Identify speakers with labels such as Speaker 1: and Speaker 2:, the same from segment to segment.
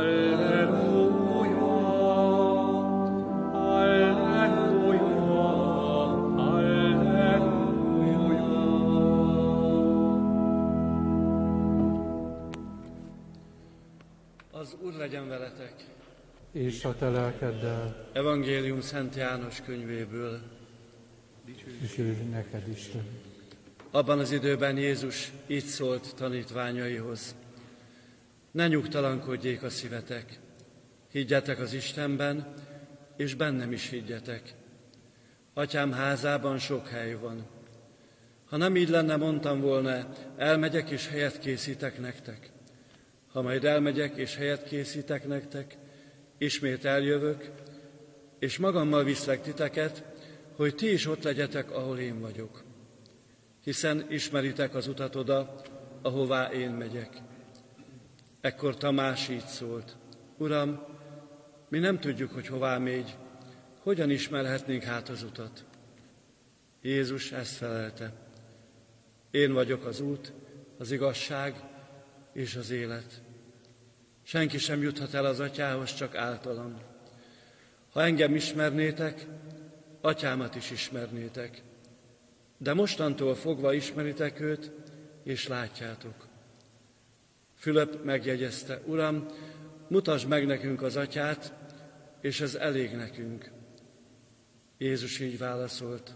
Speaker 1: Az Úr legyen veletek!
Speaker 2: És a te lelkeddel.
Speaker 1: Evangélium Szent János könyvéből.
Speaker 2: Dicsőség neked, Isten.
Speaker 1: Abban az időben Jézus így szólt tanítványaihoz: ne nyugtalankodjék a szívetek, higgyetek az Istenben, és bennem is higgyetek. Atyám házában sok hely van. Ha nem így lenne, mondtam volna, elmegyek és helyet készítek nektek. Ha majd elmegyek és helyet készítek nektek, ismét eljövök, és magammal viszlek titeket, hogy ti is ott legyetek, ahol én vagyok. Hiszen ismeritek az utat oda, ahová én megyek. Ekkor Tamás így szólt: Uram, mi nem tudjuk, hogy hová mégy, hogyan ismerhetnénk hát az utat? Jézus ezt felelte: én vagyok az út, az igazság és az élet. Senki sem juthat el az Atyához, csak általam. Ha engem ismernétek, Atyámat is ismernétek. De mostantól fogva ismeritek őt, és látjátok. Fülöp megjegyezte: Uram, mutasd meg nekünk az Atyát, és ez elég nekünk. Jézus így válaszolt: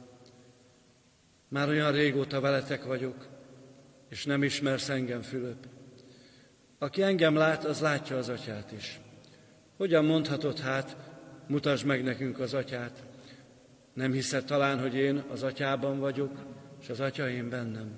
Speaker 1: már olyan régóta veletek vagyok, és nem ismersz engem, Fülöp. Aki engem lát, az látja az Atyát is. Hogyan mondhatod hát, mutasd meg nekünk az Atyát? Nem hiszed talán, hogy én az Atyában vagyok, és az Atya én bennem?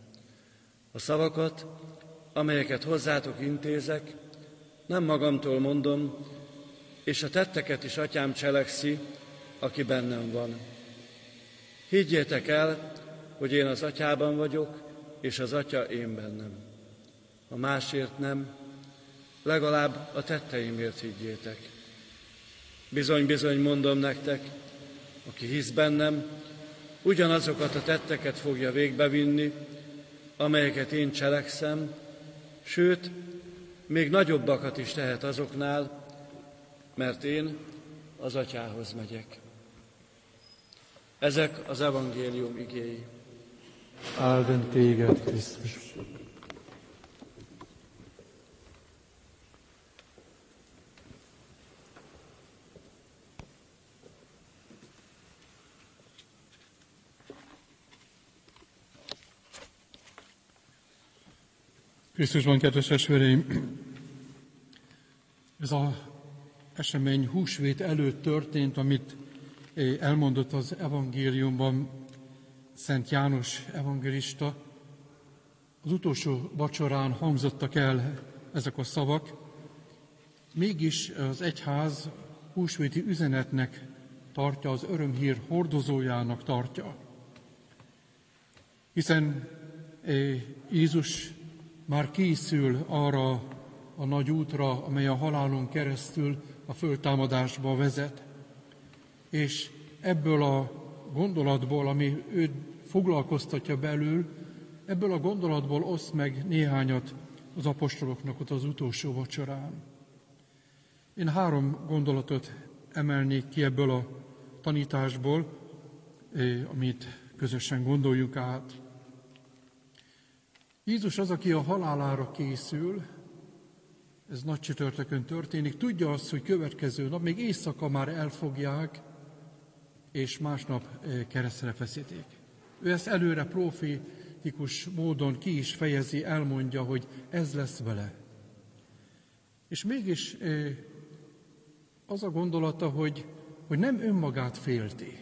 Speaker 1: A szavakat, amelyeket hozzátok intézek, nem magamtól mondom, és a tetteket is Atyám cselekszi, aki bennem van. Higgyétek el, hogy én az Atyában vagyok, és az Atya én bennem. Ha másért nem, legalább a tetteimért higgyétek. Bizony, bizony mondom nektek, aki hisz bennem, ugyanazokat a tetteket fogja végbevinni, amelyeket én cselekszem, sőt, még nagyobbakat is tehet azoknál, mert én az Atyához megyek. Ezek az evangélium igéi.
Speaker 2: Áldjon téged, Krisztus! Krisztusban, kedves testvéreim! Ez az esemény húsvét előtt történt, amit elmondott az evangéliumban Szent János evangélista. Az utolsó vacsorán hangzottak el ezek a szavak, mégis az egyház húsvéti üzenetnek tartja, az örömhír hordozójának tartja. Hiszen Jézus már készül arra a nagy útra, amely a halálon keresztül a föltámadásba vezet. És ebből a gondolatból, ami őt foglalkoztatja belül, ebből a gondolatból oszt meg néhányat az apostoloknak ott az utolsó vacsorán. Én 3 gondolatot emelnék ki ebből a tanításból, amit közösen gondoljuk át. Jézus az, aki a halálára készül, ez nagy csütörtökön történik, tudja azt, hogy következő nap, még éjszaka már elfogják, és másnap keresztre feszítik. Ő ezt előre profétikus módon ki is fejezi, elmondja, hogy ez lesz vele. És mégis az a gondolata, hogy nem önmagát félti.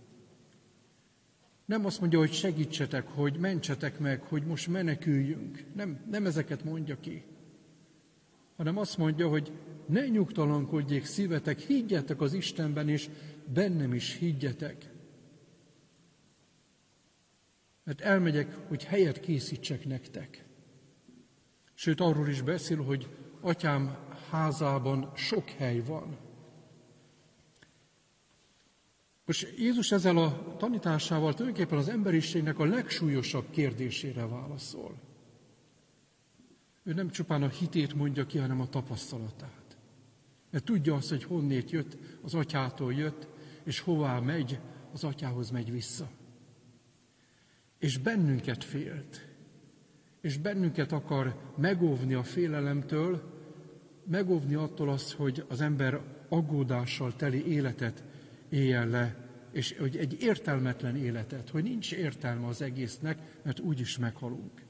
Speaker 2: Nem azt mondja, hogy segítsetek, hogy mentsetek meg, hogy most meneküljünk. Nem ezeket mondja ki. Hanem azt mondja, hogy ne nyugtalankodjék szívetek, higgyetek az Istenben, és bennem is higgyetek. Mert elmegyek, hogy helyet készítsek nektek. Sőt, arról is beszél, hogy Atyám házában sok hely van. Most Jézus ezzel a tanításával tulajdonképpen az emberiségnek a legsúlyosabb kérdésére válaszol. Ő nem csupán a hitét mondja ki, hanem a tapasztalatát. Mert tudja azt, hogy honnét jött, az atyától jött, és hová megy, az atyához megy vissza. És bennünket félt, és bennünket akar megóvni a félelemtől, megóvni attól azt, hogy az ember aggódással teli életet éljen le, és hogy egy értelmetlen életet, hogy nincs értelme az egésznek, mert úgyis meghalunk.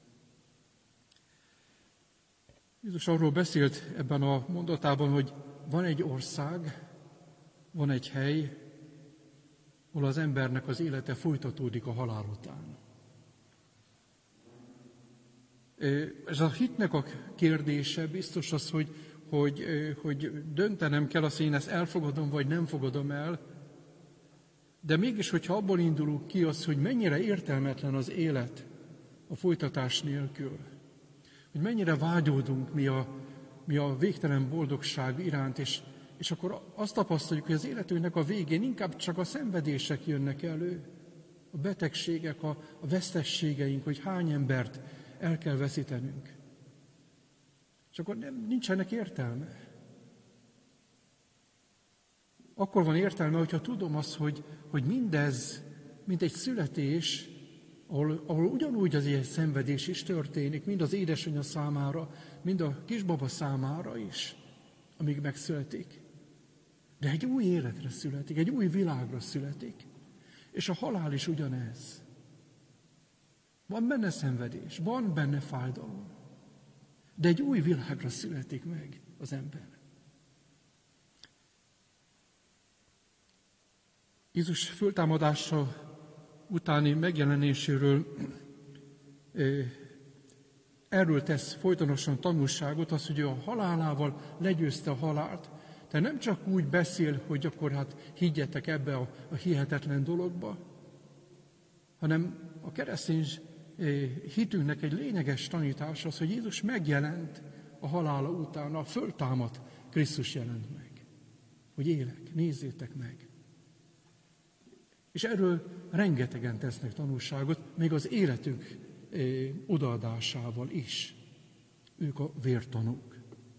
Speaker 2: Jézus arról beszélt ebben a mondatában, hogy van egy ország, van egy hely, ahol az embernek az élete folytatódik a halál után. Ez a hitnek a kérdése biztos az, hogy döntenem kell azt, hogy én ezt elfogadom, vagy nem fogadom el, de mégis, hogyha abból indulunk ki az, hogy mennyire értelmetlen az élet a folytatás nélkül, hogy mennyire vágyódunk mi a végtelen boldogság iránt, és akkor azt tapasztaljuk, hogy az életünknek a végén inkább csak a szenvedések jönnek elő, a betegségek, a vesztességeink, hogy hány embert el kell veszítenünk. És akkor nincsenek értelme. Akkor van értelme, hogyha tudom azt, hogy mindez, mint egy születés, ahol ugyanúgy az ilyen szenvedés is történik, mind az édesanyja számára, mind a kisbaba számára is, amíg megszületik. De egy új életre születik, egy új világra születik. És a halál is ugyanez. Van benne szenvedés, van benne fájdalom, de egy új világra születik meg az ember. Jézus föltámadása utáni megjelenéséről erről tesz folytonosan tanulságot, az, hogy ő a halálával legyőzte a halált. Tehát nem csak úgy beszél, hogy akkor hát higgyetek ebbe a hihetetlen dologba, hanem a keresztény hitünknek egy lényeges tanítás az, hogy Jézus megjelent a halála után, a föltámadt Krisztus jelent meg. Hogy élek, nézzétek meg. És erről rengetegen tesznek tanulságot, még az életük odaadásával is. Ők a vértanúk.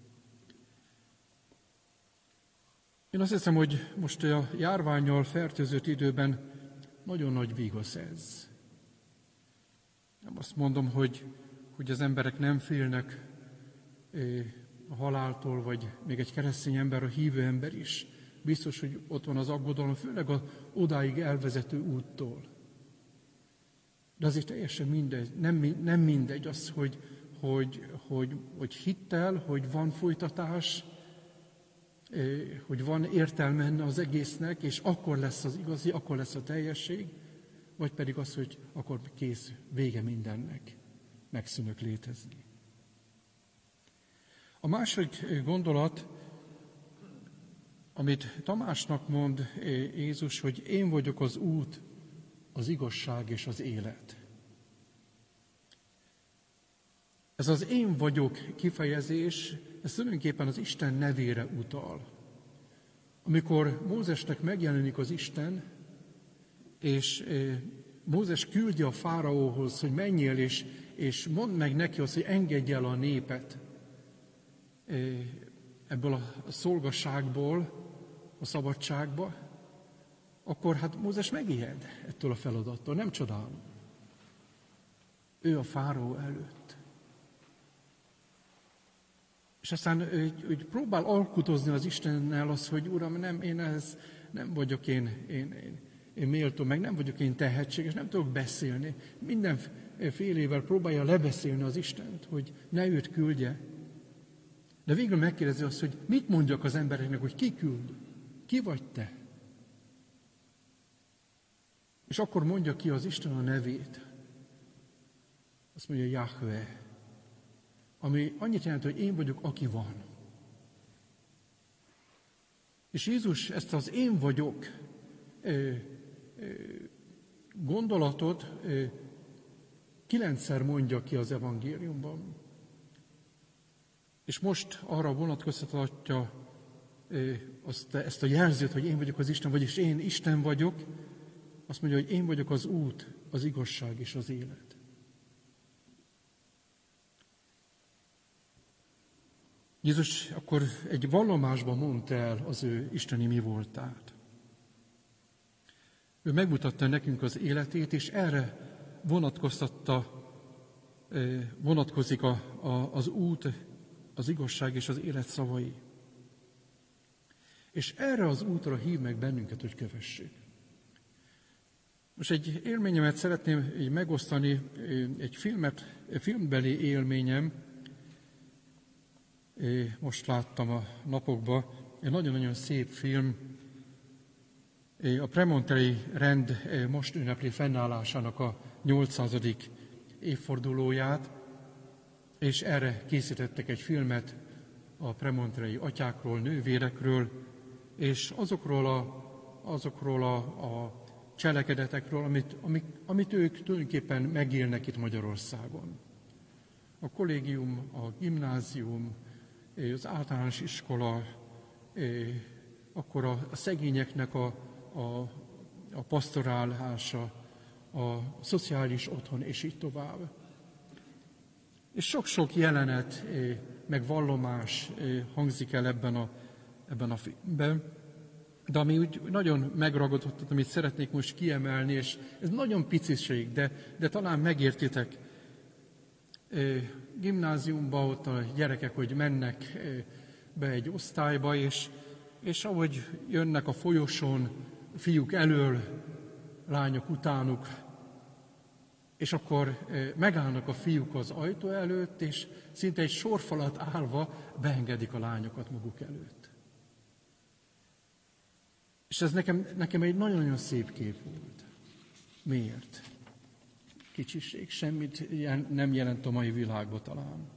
Speaker 2: Én azt hiszem, hogy most a járvánnyal fertőzött időben nagyon nagy vigasz ez. Nem azt mondom, hogy az emberek nem félnek a haláltól, vagy még egy keresztény ember, a hívő ember is. Biztos, hogy ott van az aggodalom, főleg az odáig elvezető úttól. De azért teljesen mindegy, nem mindegy az, hogy hittel, hogy van folytatás, hogy van értelme az egésznek, és akkor lesz az igazi, akkor lesz a teljesség, vagy pedig az, hogy akkor kész, vége mindennek, megszűnök létezni. A második gondolat, amit Tamásnak mond Jézus, hogy én vagyok az út, az igazság és az élet. Ez az én vagyok kifejezés, ez tulajdonképpen az Isten nevére utal. Amikor Mózesnek megjelenik az Isten, és Mózes küldje a fáraóhoz, hogy menjél, és mondd meg neki azt, hogy engedj el a népet ebből a szolgasságból, a szabadságba, akkor hát Mózes megijed ettől a feladattól, nem csodálom. Ő a fáraó előtt. És aztán úgy próbál alkutozni az Istennel az, hogy Uram, nem vagyok én méltó, meg nem vagyok én tehetséges, nem tudok beszélni. Mindenfélével próbálja lebeszélni az Istent, hogy ne őt küldje. De végül megkérdezi azt, hogy mit mondjak az embereknek, hogy ki küld? Ki vagy te? És akkor mondja ki az Isten a nevét. Azt mondja, Jahve, ami annyit jelent, hogy én vagyok, aki van. És Jézus ezt az én vagyok gondolatot 9-szer mondja ki az evangéliumban. És most arra vonatkoztatja ezt a jelzőt, hogy én vagyok az Isten, vagyis én Isten vagyok, azt mondja, hogy én vagyok az út, az igazság és az élet. Jézus akkor egy vallomásban mondta el az ő isteni mi voltát. Ő megmutatta nekünk az életét, és erre vonatkozik az út, az igazság és az élet szavai. És erre az útra hív meg bennünket, hogy kövessük. Most egy élményemet szeretném így megosztani, egy filmbeli élményem. Most láttam a napokban, egy nagyon-nagyon szép film. A Premontrei rend most ünnepli fennállásának a 800. évfordulóját, és erre készítettek egy filmet a premontrei atyákról, nővérekről, és azokról a cselekedetekről, amit ők tulajdonképpen megélnek itt Magyarországon. A kollégium, a gimnázium, az általános iskola, akkor a szegényeknek a pasztorálása, a szociális otthon, és így tovább. És sok-sok jelenet, meg vallomás hangzik el ebben a filmben, de ami úgy nagyon megragadott, amit szeretnék most kiemelni, és ez nagyon piciség, de talán megértitek. Gimnáziumban ott a gyerekek, hogy mennek be egy osztályba, és ahogy jönnek a folyosón, fiúk elől, lányok utánuk, és akkor megállnak a fiúk az ajtó előtt, és szinte egy sorfalat állva beengedik a lányokat maguk előtt. És ez nekem egy nagyon-nagyon szép kép volt. Miért? Kicsiség, semmit nem jelent a mai világban talán.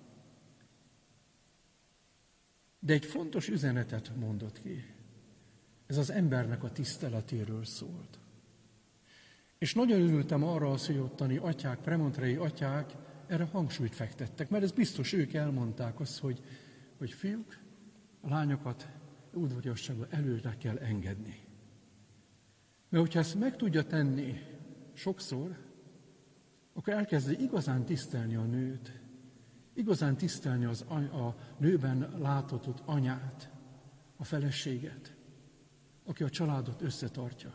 Speaker 2: De egy fontos üzenetet mondott ki. Ez az embernek a tiszteletéről szólt. És nagyon örültem arra, hogy ottani atyák, premontrei atyák erre hangsúlyt fektettek, mert ez biztos ők elmondták azt, hogy fiúk, a lányokat udvariasságban előre kell engedni. Mert hogyha ezt meg tudja tenni sokszor, akkor elkezdi igazán tisztelni a nőt, igazán tisztelni a nőben láthatott anyát, a feleséget, aki a családot összetartja.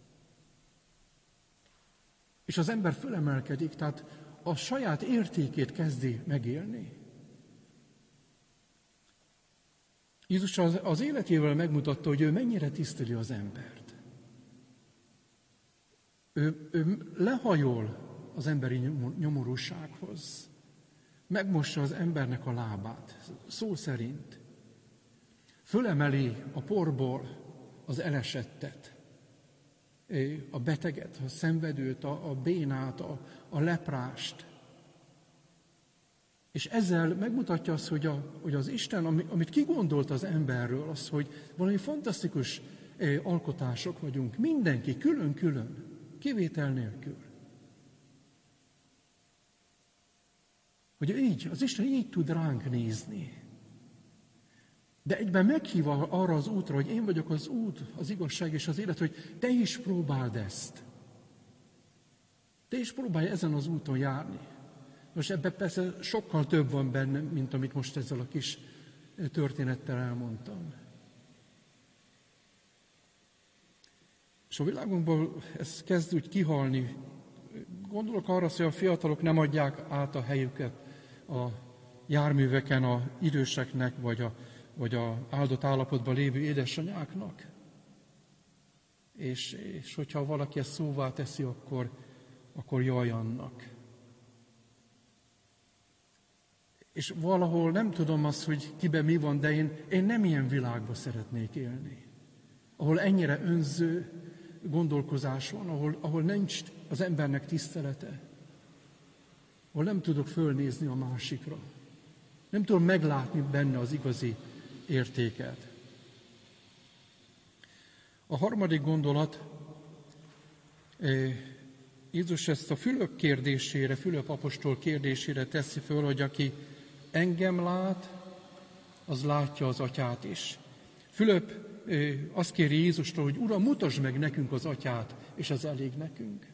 Speaker 2: És az ember fölemelkedik, tehát a saját értékét kezdi megélni. Jézus az életével megmutatta, hogy ő mennyire tiszteli az embert. Ő lehajol az emberi nyomorúsághoz. Megmossa az embernek a lábát, szó szerint. Fölemeli a porból az elesettet, a beteget, a szenvedőt, a bénát, a leprást. És ezzel megmutatja azt, hogy az Isten, amit kigondolt az emberről, az, hogy valami fantasztikus alkotások vagyunk, mindenki külön-külön, kivétel nélkül. Hogy az Isten így tud ránk nézni. De egyben meghív arra az útra, hogy én vagyok az út, az igazság és az élet, hogy te is próbáld ezt. Te is próbálj ezen az úton járni. Most ebben persze sokkal több van benne, mint amit most ezzel a kis történettel elmondtam. És a világunkból ez kezd úgy kihalni. Gondolok arra, hogy a fiatalok nem adják át a helyüket a járműveken a időseknek, vagy a áldott állapotban lévő édesanyáknak. És hogyha valaki ezt szóvá teszi, akkor jaj annak. És valahol nem tudom azt, hogy kiben mi van, de én nem ilyen világban szeretnék élni. Ahol ennyire önző gondolkozás van, ahol nincs az embernek tisztelete. Ahol nem tudok fölnézni a másikra. Nem tudom meglátni benne az igazi értéket. A harmadik gondolat, Jézus ezt a Fülöp apostol kérdésére teszi föl, hogy aki engem lát, az látja az atyát is. Fülöp azt kéri Jézustól, hogy Uram, mutasd meg nekünk az atyát, és az elég nekünk.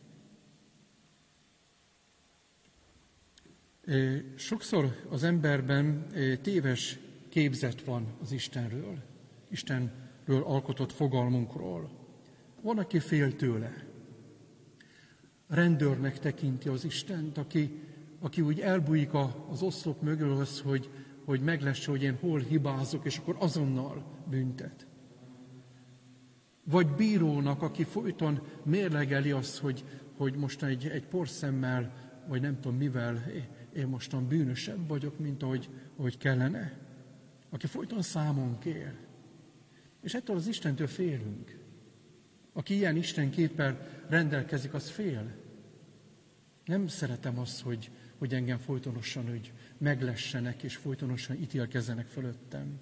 Speaker 2: Sokszor az emberben téves képzet van az Istenről alkotott fogalmunkról. Van, aki fél tőle. Rendőrnek tekinti az Istent, aki úgy elbújik az oszlop mögül az, hogy meglesse, hogy én hol hibázok, és akkor azonnal büntet. Vagy bírónak, aki folyton mérlegeli azt, hogy most egy porszemmel, vagy nem tudom mivel, én mostan bűnösebb vagyok, mint ahogy kellene. Aki folyton számon kér. És ettől az Istentől félünk. Aki ilyen Istenképpel rendelkezik, az fél. Nem szeretem azt, hogy engem folytonosan hogy meglessenek, és folytonosan ítélkezzenek fölöttem.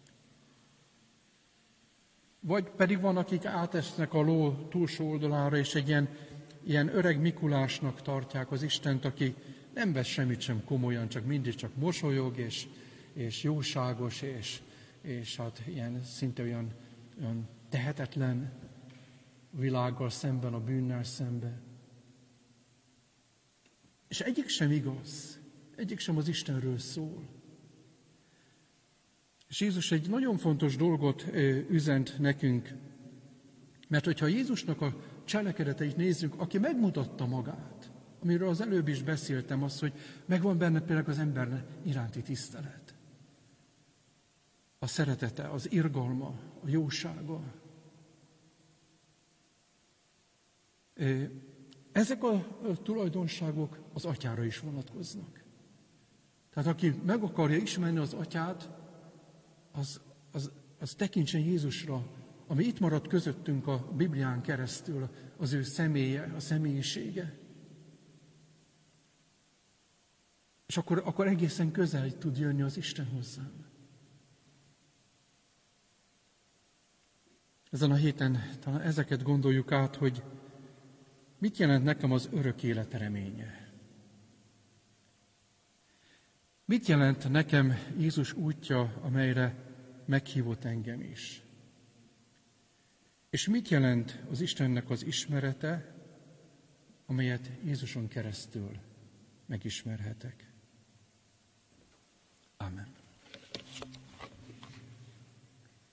Speaker 2: Vagy pedig van, akik átesznek a ló túlsó oldalára, és egy ilyen öreg Mikulásnak tartják az Istent, aki nem vesz semmit sem komolyan, csak mindig csak mosolyog, és jóságos, és hát ilyen szinte olyan tehetetlen világgal szemben, a bűnnel szemben. És egyik sem igaz, egyik sem az Istenről szól. És Jézus egy nagyon fontos dolgot üzent nekünk, mert hogyha Jézusnak a cselekedeteit nézzük, aki megmutatta magát, amiről az előbb is beszéltem, az, hogy megvan benne például az ember iránti tisztelet, a szeretete, az irgalma, a jósága. Ezek a tulajdonságok az atyára is vonatkoznak. Tehát aki meg akarja ismerni az atyát, az tekintsen Jézusra, ami itt maradt közöttünk a Biblián keresztül, az ő személye, a személyisége. És akkor egészen közel tud jönni az Isten hozzám. Ezen a héten talán ezeket gondoljuk át, hogy mit jelent nekem az örök élet reménye? Mit jelent nekem Jézus útja, amelyre meghívott engem is? És mit jelent az Istennek az ismerete, amelyet Jézuson keresztül megismerhetek? Amen.